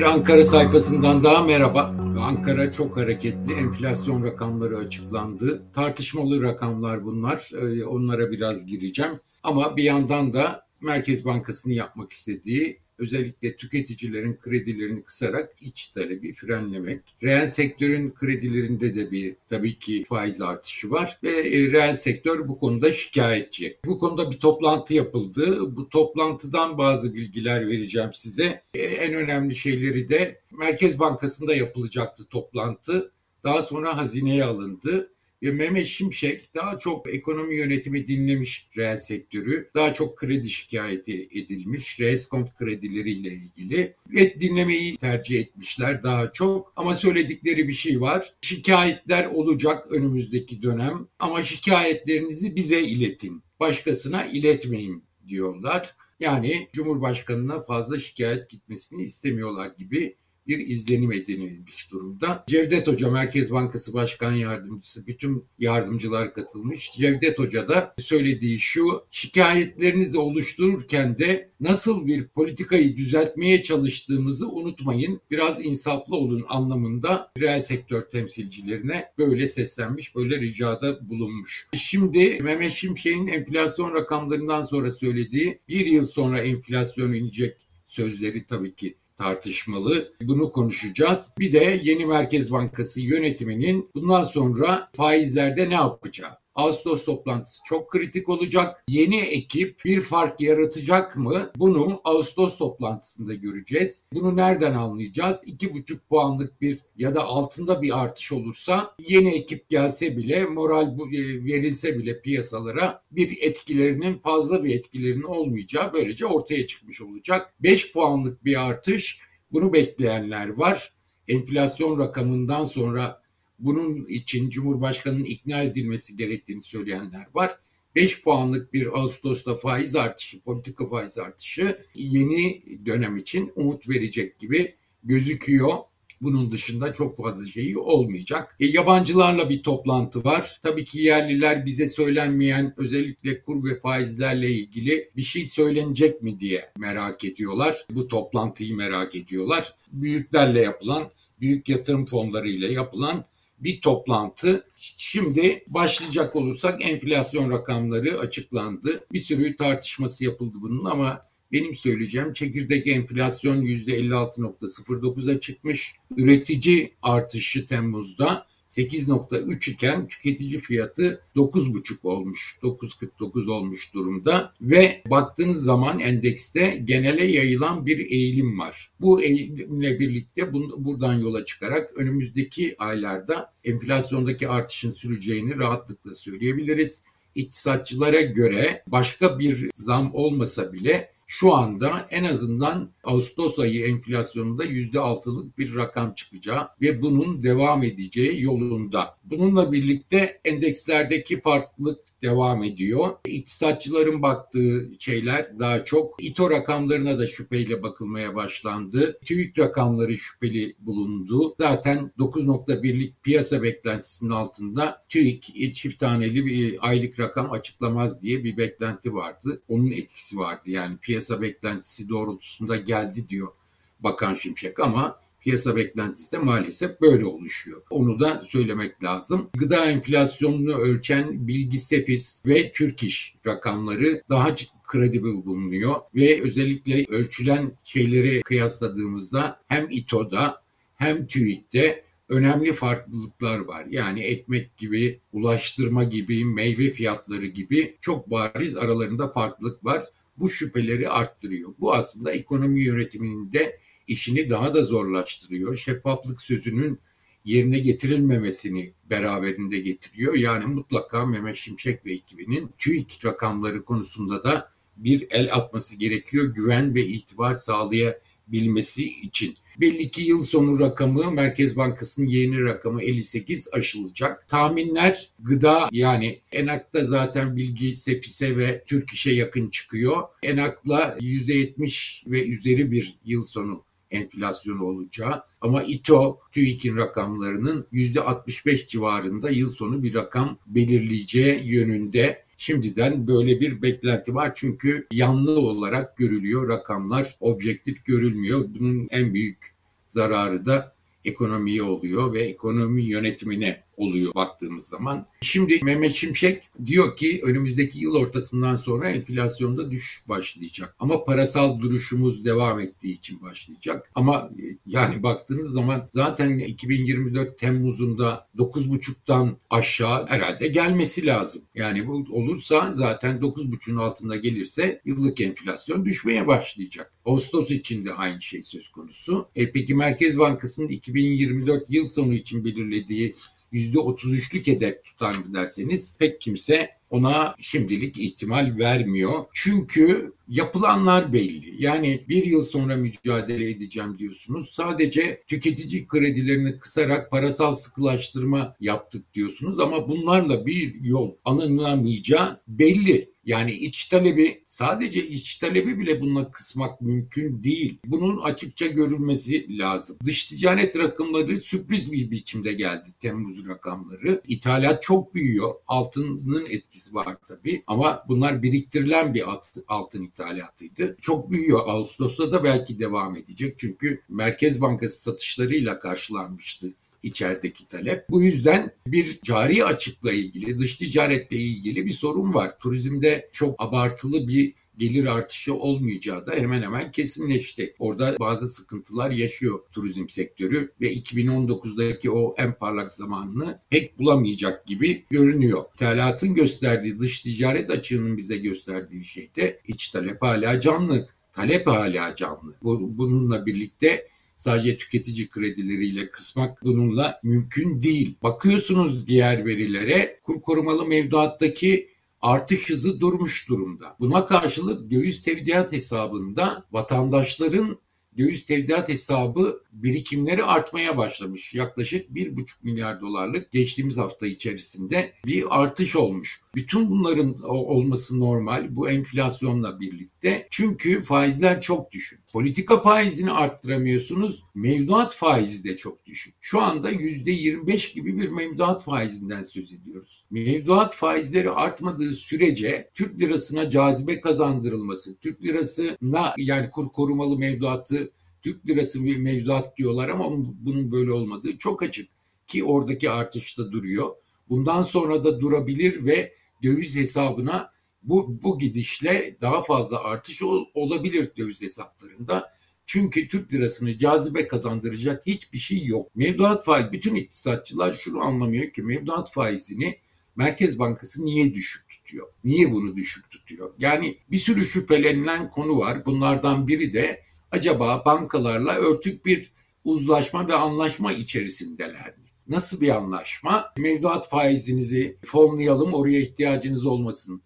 Bir Ankara sayfasından daha merhaba. Ankara çok hareketli. Enflasyon rakamları açıklandı. Tartışmalı rakamlar bunlar. Onlara biraz gireceğim. Ama bir yandan da Merkez Bankası'nın yapmak istediği özellikle tüketicilerin kredilerini kısarak iç talebi frenlemek. Reel sektörün kredilerinde de tabii ki faiz artışı var ve reel sektör bu konuda şikayetçi. Bu konuda bir toplantı yapıldı. Bu toplantıdan bazı bilgiler vereceğim size. En önemli şeyleri de Merkez Bankası'nda yapılacaktı toplantı. Daha sonra hazineye alındı. Ve Mehmet Şimşek daha çok ekonomi yönetimi dinlemiş reel sektörü, daha çok kredi şikayeti edilmiş, reskont kredileriyle ilgili ve dinlemeyi tercih etmişler daha çok. Ama söyledikleri bir şey var, şikayetler olacak önümüzdeki dönem ama şikayetlerinizi bize iletin, başkasına iletmeyin diyorlar. Yani Cumhurbaşkanı'na fazla şikayet gitmesini istemiyorlar gibi bir izlenim edinilmiş durumda. Cevdet Hoca, Merkez Bankası Başkan Yardımcısı, bütün yardımcılar katılmış. Cevdet Hoca da söylediği şu: şikayetlerinizi oluştururken de nasıl bir politikayı düzeltmeye çalıştığımızı unutmayın. Biraz insaflı olun anlamında reel sektör temsilcilerine böyle seslenmiş, böyle ricada bulunmuş. Şimdi Mehmet Şimşek'in enflasyon rakamlarından sonra söylediği bir yıl sonra enflasyon inecek sözleri tabii ki tartışmalı. Bunu konuşacağız. Bir de yeni Merkez Bankası yönetiminin bundan sonra faizlerde ne yapacağı. Ağustos toplantısı çok kritik olacak. Yeni ekip bir fark yaratacak mı? Bunu Ağustos toplantısında göreceğiz. Bunu nereden anlayacağız? 2,5 puanlık bir ya da altında bir artış olursa yeni ekip gelse bile, moral verilse bile piyasalara fazla bir etkilerinin olmayacağı böylece ortaya çıkmış olacak. 5 puanlık bir artış, bunu bekleyenler var. Enflasyon rakamından sonra bunun için Cumhurbaşkanı'nın ikna edilmesi gerektiğini söyleyenler var. 5 puanlık bir Ağustos'ta politika faiz artışı yeni dönem için umut verecek gibi gözüküyor. Bunun dışında çok fazla şeyi olmayacak. Yabancılarla bir toplantı var. Tabii ki yerliler bize söylenmeyen özellikle kur ve faizlerle ilgili bir şey söylenecek mi diye merak ediyorlar. Bu toplantıyı merak ediyorlar. Büyük yatırım fonlarıyla yapılan bir toplantı. Şimdi başlayacak olursak enflasyon rakamları açıklandı. Bir sürü tartışması yapıldı bunun ama benim söyleyeceğim çekirdek enflasyon %56,09'a çıkmış. Üretici artışı Temmuz'da 8,3 iken tüketici fiyatı 9,5 olmuş, 9,49 olmuş durumda ve baktığınız zaman endekste genele yayılan bir eğilim var. Bu eğilimle birlikte buradan yola çıkarak önümüzdeki aylarda enflasyondaki artışın süreceğini rahatlıkla söyleyebiliriz. İktisatçılara göre başka bir zam olmasa bile şu anda en azından Ağustos ayı enflasyonunda %6'lık bir rakam çıkacağı ve bunun devam edeceği yolunda. Bununla birlikte endekslerdeki farklılık devam ediyor. İktisatçıların baktığı şeyler daha çok İTO rakamlarına da şüpheyle bakılmaya başlandı. TÜİK rakamları şüpheli bulundu. Zaten 9,1'lik piyasa beklentisinin altında TÜİK çift taneli bir aylık rakam açıklamaz diye bir beklenti vardı. Onun etkisi vardı. Yani piyasa beklentisi doğrultusunda geldi diyor Bakan Şimşek ama piyasa beklentisi de maalesef böyle oluşuyor. Onu da söylemek lazım. Gıda enflasyonunu ölçen Bilgi-Sefis ve Türk İş rakamları daha credible bulunuyor ve özellikle ölçülen şeyleri kıyasladığımızda hem İTO'da hem TÜİK'te önemli farklılıklar var. Yani ekmek gibi, ulaştırma gibi, meyve fiyatları gibi çok bariz aralarında farklılık var. Bu şüpheleri arttırıyor. Bu aslında ekonomi yönetiminin de işini daha da zorlaştırıyor. Şeffaflık sözünün yerine getirilmemesini beraberinde getiriyor. Yani mutlaka Mehmet Şimşek ve ekibinin TÜİK rakamları konusunda da bir el atması gerekiyor. Güven ve itibar sağlayabilmesi için. Belli ki yıl sonu rakamı, Merkez Bankası'nın yeni rakamı 58 aşılacak. Tahminler gıda, yani ENAK'ta zaten Bilgi-Sefis'e ve Türk İş'e yakın çıkıyor. ENAK'la %70 ve üzeri bir yıl sonu enflasyonu olacağı ama İTO, TÜİK'in rakamlarının %65 civarında yıl sonu bir rakam belirleyeceği yönünde. Şimdiden böyle bir beklenti var çünkü yanlı olarak görülüyor rakamlar, objektif görülmüyor. Bunun en büyük zararı da ekonomiye oluyor ve ekonomi yönetimine oluyor baktığımız zaman. Şimdi Mehmet Şimşek diyor ki önümüzdeki yıl ortasından sonra enflasyonda düşüş başlayacak. Ama parasal duruşumuz devam ettiği için başlayacak. Ama yani baktığınız zaman zaten 2024 Temmuz'unda 9,5'tan aşağı herhalde gelmesi lazım. Yani bu olursa zaten 9,5'un altında gelirse yıllık enflasyon düşmeye başlayacak. Ağustos için de aynı şey söz konusu. Peki Merkez Bankası'nın 2024 yıl sonu için belirlediği %33'lük hedef tutar mı derseniz pek kimse ona şimdilik ihtimal vermiyor. Çünkü yapılanlar belli. Yani bir yıl sonra mücadele edeceğim diyorsunuz. Sadece tüketici kredilerini kısarak parasal sıkılaştırma yaptık diyorsunuz ama bunlarla bir yol alınamayacağı belli. Yani sadece iç talebi bile bununla kısmak mümkün değil. Bunun açıkça görülmesi lazım. Dış ticaret rakamları sürpriz bir biçimde geldi, Temmuz rakamları. İthalat çok büyüyor. Altının etkisi var tabii. Ama bunlar biriktirilen bir altın ithalatıydı. Çok büyüyor. Ağustos'ta da belki devam edecek. Çünkü Merkez Bankası satışlarıyla karşılanmıştı içerideki talep. Bu yüzden bir cari açıkla ilgili, dış ticaretle ilgili bir sorun var. Turizmde çok abartılı bir gelir artışı olmayacağı da hemen hemen kesinleşti. Orada bazı sıkıntılar yaşıyor turizm sektörü ve 2019'daki o en parlak zamanını pek bulamayacak gibi görünüyor. İthalatın gösterdiği, dış ticaret açığının bize gösterdiği şey de iç talep hala canlı. Talep hala canlı. Bununla birlikte sadece tüketici kredileriyle kısmak bununla mümkün değil. Bakıyorsunuz diğer verilere, kur korumalı mevduattaki artış hızı durmuş durumda. Buna karşılık döviz tevdiat hesabında vatandaşların döviz tevdiat hesabı birikimleri artmaya başlamış. Yaklaşık 1,5 milyar dolarlık geçtiğimiz hafta içerisinde bir artış olmuş. Bütün bunların olması normal bu enflasyonla birlikte. Çünkü faizler çok düşük. Politika faizini arttıramıyorsunuz. Mevduat faizi de çok düşük. Şu anda %25 gibi bir mevduat faizinden söz ediyoruz. Mevduat faizleri artmadığı sürece Türk lirasına cazibe kazandırılması, Türk lirasına yani kur korumalı mevduatı Türk lirası bir mevduat diyorlar ama bunun böyle olmadığı çok açık ki oradaki artış da duruyor. Bundan sonra da durabilir ve döviz hesabına bu gidişle daha fazla artış olabilir döviz hesaplarında. Çünkü Türk lirasını cazibe kazandıracak hiçbir şey yok. Mevduat faizi, bütün iktisatçılar şunu anlamıyor ki mevduat faizini Merkez Bankası niye düşük tutuyor? Niye bunu düşük tutuyor? Yani bir sürü şüphelenilen konu var. Bunlardan biri de acaba bankalarla örtük bir uzlaşma ve anlaşma içerisindeler mi? Nasıl bir anlaşma? Mevduat faizinizi fonlayalım, oraya ihtiyacınız olmasın.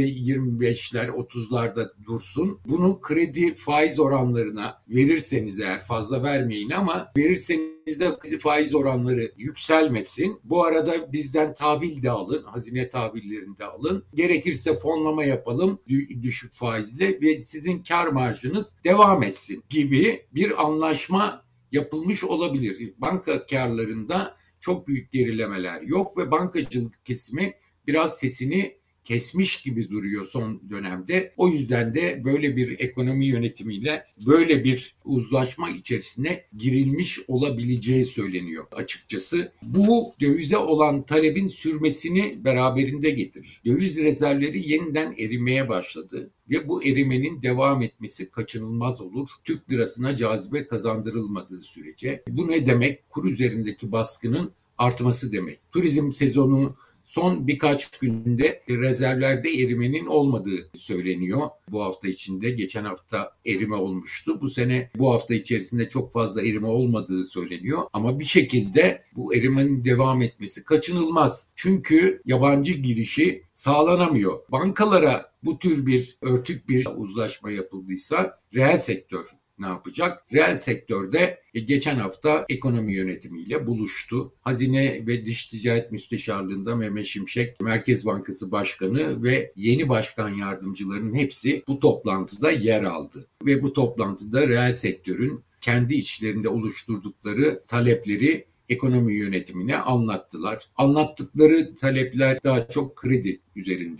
%25'ler, 30'larda dursun. Bunu kredi faiz oranlarına verirseniz eğer fazla vermeyin ama verirseniz de kredi faiz oranları yükselmesin. Bu arada bizden tahvil de alın, hazine tahvillerini de alın. Gerekirse fonlama yapalım düşük faizle ve sizin kar marjınız devam etsin gibi bir anlaşma yapılmış olabilir. Banka karlarında çok büyük gerilemeler yok ve bankacılık kesimi biraz sesini kesmiş gibi duruyor son dönemde. O yüzden de böyle bir ekonomi yönetimiyle böyle bir uzlaşma içerisine girilmiş olabileceği söyleniyor açıkçası. Bu dövize olan talebin sürmesini beraberinde getirir. Döviz rezervleri yeniden erimeye başladı ve bu erimenin devam etmesi kaçınılmaz olur. Türk lirasına cazibe kazandırılmadığı sürece. Bu ne demek? Kur üzerindeki baskının artması demek. Turizm sezonu son birkaç günde rezervlerde erimenin olmadığı söyleniyor. Bu hafta içinde, geçen hafta erime olmuştu. Bu sene bu hafta içerisinde çok fazla erime olmadığı söyleniyor. Ama bir şekilde bu erimenin devam etmesi kaçınılmaz. Çünkü yabancı girişi sağlanamıyor. Bankalara bu tür bir örtük bir uzlaşma yapıldıysa reel sektör ne yapacak? Reel sektörde geçen hafta ekonomi yönetimiyle buluştu. Hazine ve Dış Ticaret Müsteşarlığında Mehmet Şimşek, Merkez Bankası Başkanı ve yeni başkan yardımcılarının hepsi bu toplantıda yer aldı. Ve bu toplantıda reel sektörün kendi içlerinde oluşturdukları talepleri ekonomi yönetimine anlattılar. Anlattıkları talepler daha çok kredi üzerinde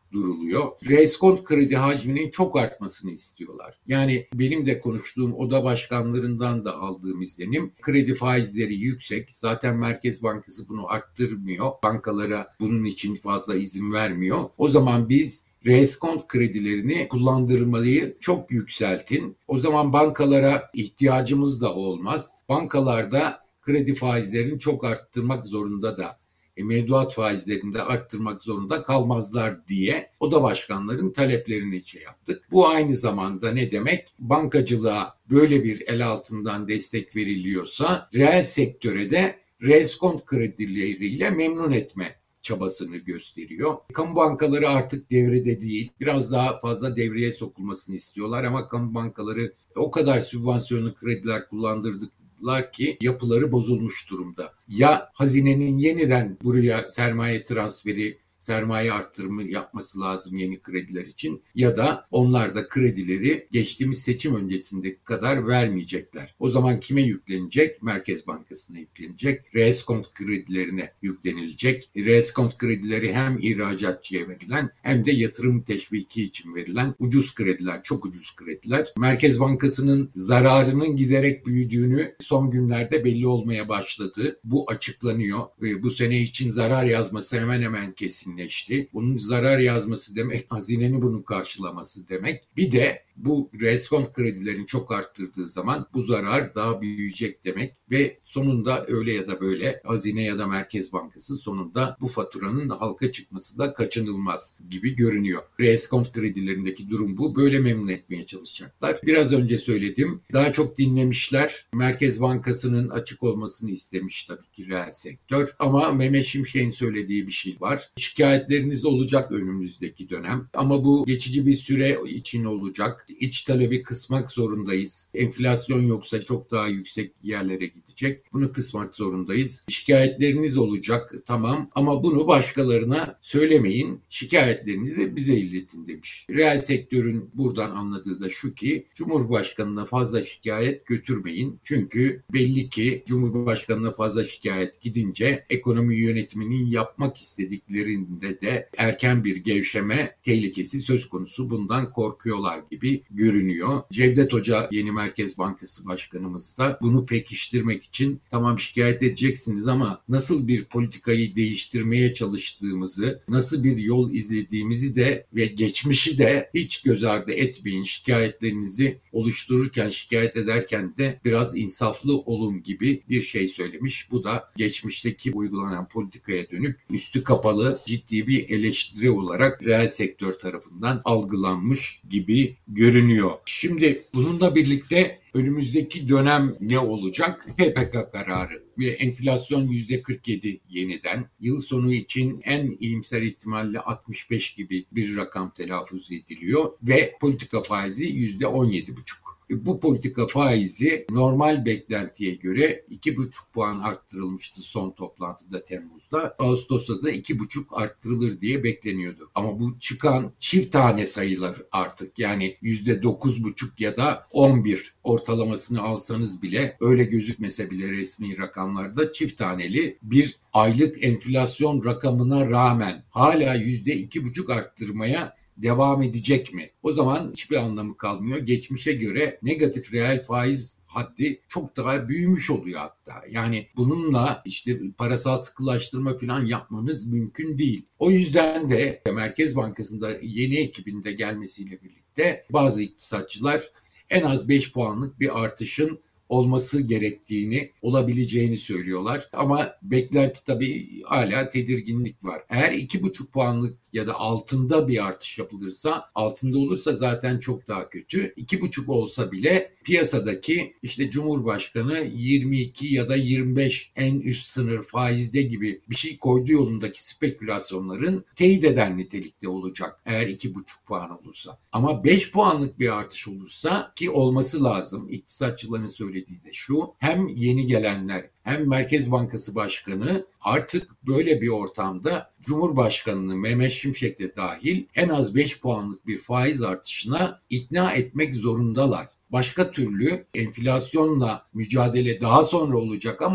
duruluyor. Reskont kredi hacminin çok artmasını istiyorlar. Yani benim de konuştuğum oda başkanlarından da aldığım izlenim, kredi faizleri yüksek. Zaten Merkez Bankası bunu arttırmıyor. Bankalara bunun için fazla izin vermiyor. O zaman biz reskont kredilerini kullandırmayı çok yükseltin. O zaman bankalara ihtiyacımız da olmaz. Bankalarda kredi faizlerini çok arttırmak zorunda da mevduat faizlerini de arttırmak zorunda kalmazlar diye oda başkanların taleplerini yaptık. Bu aynı zamanda ne demek? Bankacılığa böyle bir el altından destek veriliyorsa reel sektöre de reskont kredileriyle memnun etme çabasını gösteriyor. Kamu bankaları artık devrede değil. Biraz daha fazla devreye sokulmasını istiyorlar ama kamu bankaları o kadar sübvansiyonlu krediler kullandırdılar ki yapıları bozulmuş durumda. Ya hazinenin yeniden buraya sermaye transferi, sermaye arttırımı yapması lazım yeni krediler için ya da onlar da kredileri geçtiğimiz seçim öncesindeki kadar vermeyecekler. O zaman kime yüklenecek? Merkez Bankası'na yüklenecek. Reskont kredilerine yüklenilecek. Reskont kredileri hem ihracatçıya verilen hem de yatırım teşviki için verilen ucuz krediler, çok ucuz krediler. Merkez Bankası'nın zararının giderek büyüdüğünü son günlerde belli olmaya başladı. Bu açıklanıyor. Bu sene için zarar yazması hemen hemen kesin. Bunun zarar yazması demek, hazinenin bunun karşılaması demek. Bir de bu reskont kredilerin çok arttırdığı zaman bu zarar daha büyüyecek demek ve sonunda öyle ya da böyle hazine ya da Merkez Bankası sonunda bu faturanın halka çıkması da kaçınılmaz gibi görünüyor. Reskont kredilerindeki durum bu. Böyle memnun etmeye çalışacaklar. Biraz önce söyledim. Daha çok dinlemişler. Merkez Bankası'nın açık olmasını istemiş tabii ki reel sektör. Ama Mehmet Şimşek'in söylediği bir şey var. Şikayetleriniz olacak önümüzdeki dönem. Ama bu geçici bir süre için olacak. İç talebi kısmak zorundayız. Enflasyon yoksa çok daha yüksek yerlere gidecek. Bunu kısmak zorundayız. Şikayetleriniz olacak, tamam, ama bunu başkalarına söylemeyin. Şikayetlerinizi bize iletin demiş. Reel sektörün buradan anladığı da şu ki Cumhurbaşkanı'na fazla şikayet götürmeyin. Çünkü belli ki Cumhurbaşkanı'na fazla şikayet gidince ekonomi yönetiminin yapmak istediklerinde de erken bir gevşeme tehlikesi söz konusu. Bundan korkuyorlar gibi görünüyor. Cevdet Hoca yeni Merkez Bankası Başkanımız da bunu pekiştirmek için tamam şikayet edeceksiniz ama nasıl bir politikayı değiştirmeye çalıştığımızı, nasıl bir yol izlediğimizi de ve geçmişi de hiç göz ardı etmeyin. Şikayetlerinizi oluştururken, şikayet ederken de biraz insaflı olun gibi bir şey söylemiş. Bu da geçmişteki uygulanan politikaya dönük üstü kapalı ciddi bir eleştiri olarak reel sektör tarafından algılanmış gibi görünüyor. Şimdi bununla birlikte önümüzdeki dönem ne olacak? PPK kararı ve enflasyon %47 yeniden. Yıl sonu için en iyimser ihtimalle 65 gibi bir rakam telaffuz ediliyor ve politika faizi %17,5. Bu politika faizi normal beklentiye göre 2,5 puan arttırılmıştı son toplantıda Temmuz'da. Ağustos'ta da 2,5 arttırılır diye bekleniyordu. Ama bu çıkan çift tane sayılar artık, yani %9,5 ya da 11 ortalamasını alsanız bile, öyle gözükmese bile resmi rakamlarda çift taneli bir aylık enflasyon rakamına rağmen hala %2,5 arttırmaya devam edecek mi? O zaman hiçbir anlamı kalmıyor. Geçmişe göre negatif reel faiz haddi çok daha büyümüş oluyor hatta. Yani bununla işte parasal sıkılaştırma falan yapmanız mümkün değil. O yüzden de Merkez Bankası'nda yeni ekibinde gelmesiyle birlikte bazı iktisatçılar en az 5 puanlık bir artışın olması gerektiğini, olabileceğini söylüyorlar. Ama beklenti tabii hala tedirginlik var. Eğer 2,5 puanlık ya da altında bir artış yapılırsa, altında olursa zaten çok daha kötü. 2,5 olsa bile piyasadaki işte Cumhurbaşkanı 22 ya da 25 en üst sınır faizde gibi bir şey koyduğu yolundaki spekülasyonların teyit eden nitelikte olacak eğer 2,5 puan olursa. Ama 5 puanlık bir artış olursa, ki olması lazım, iktisatçıların söylediği de şu: hem yeni gelenler hem Merkez Bankası Başkanı artık böyle bir ortamda Cumhurbaşkanı'nı Mehmet Şimşek de dahil en az 5 puanlık bir faiz artışına ikna etmek zorundalar. Başka türlü enflasyonla mücadele daha sonra olacak ama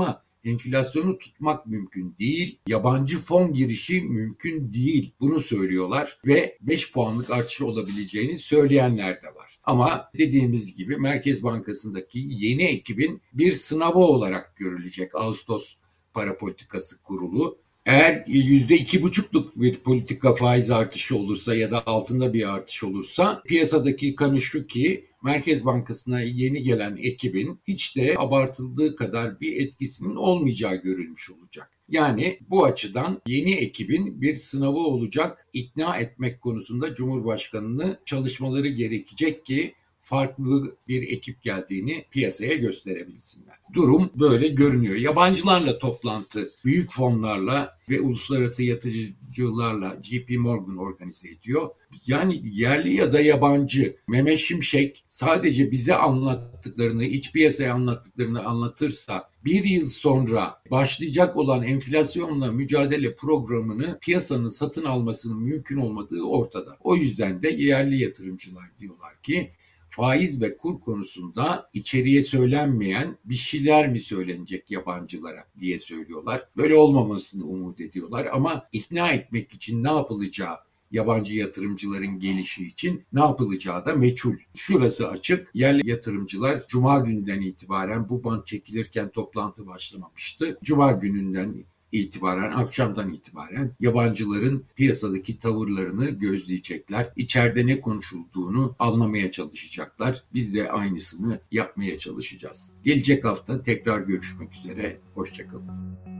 enflasyonu tutmak mümkün değil. Yabancı fon girişi mümkün değil. Bunu söylüyorlar ve 5 puanlık artış olabileceğini söyleyenler de var. Ama dediğimiz gibi Merkez Bankası'ndaki yeni ekibin bir sınavı olarak görülecek Ağustos Para Politikası Kurulu. Eğer %2,5'luk bir politika faiz artışı olursa ya da altında bir artış olursa piyasadaki kanı şu ki Merkez Bankası'na yeni gelen ekibin hiç de abartıldığı kadar bir etkisinin olmayacağı görülmüş olacak. Yani bu açıdan yeni ekibin bir sınavı olacak, ikna etmek konusunda Cumhurbaşkanı'nı çalışmaları gerekecek ki farklı bir ekip geldiğini piyasaya gösterebilsinler. Durum böyle görünüyor. Yabancılarla toplantı, büyük fonlarla ve uluslararası yatırımcılarla JP Morgan organize ediyor. Yani yerli ya da yabancı Mehmet Şimşek sadece bize anlattıklarını, iç piyasaya anlattıklarını anlatırsa bir yıl sonra başlayacak olan enflasyonla mücadele programını piyasanın satın almasının mümkün olmadığı ortada. O yüzden de yerli yatırımcılar diyorlar ki faiz ve kur konusunda içeriye söylenmeyen bir şeyler mi söylenecek yabancılara diye söylüyorlar. Böyle olmamasını umut ediyorlar ama ikna etmek için ne yapılacağı, yabancı yatırımcıların gelişi için ne yapılacağı da meçhul. Şurası açık. Yerli yatırımcılar Cuma gününden itibaren bu bant çekilirken toplantı başlamamıştı. Cuma gününden itibaren, akşamdan itibaren yabancıların piyasadaki tavırlarını gözleyecekler. İçeride ne konuşulduğunu anlamaya çalışacaklar. Biz de aynısını yapmaya çalışacağız. Gelecek hafta tekrar görüşmek üzere. Hoşça kalın.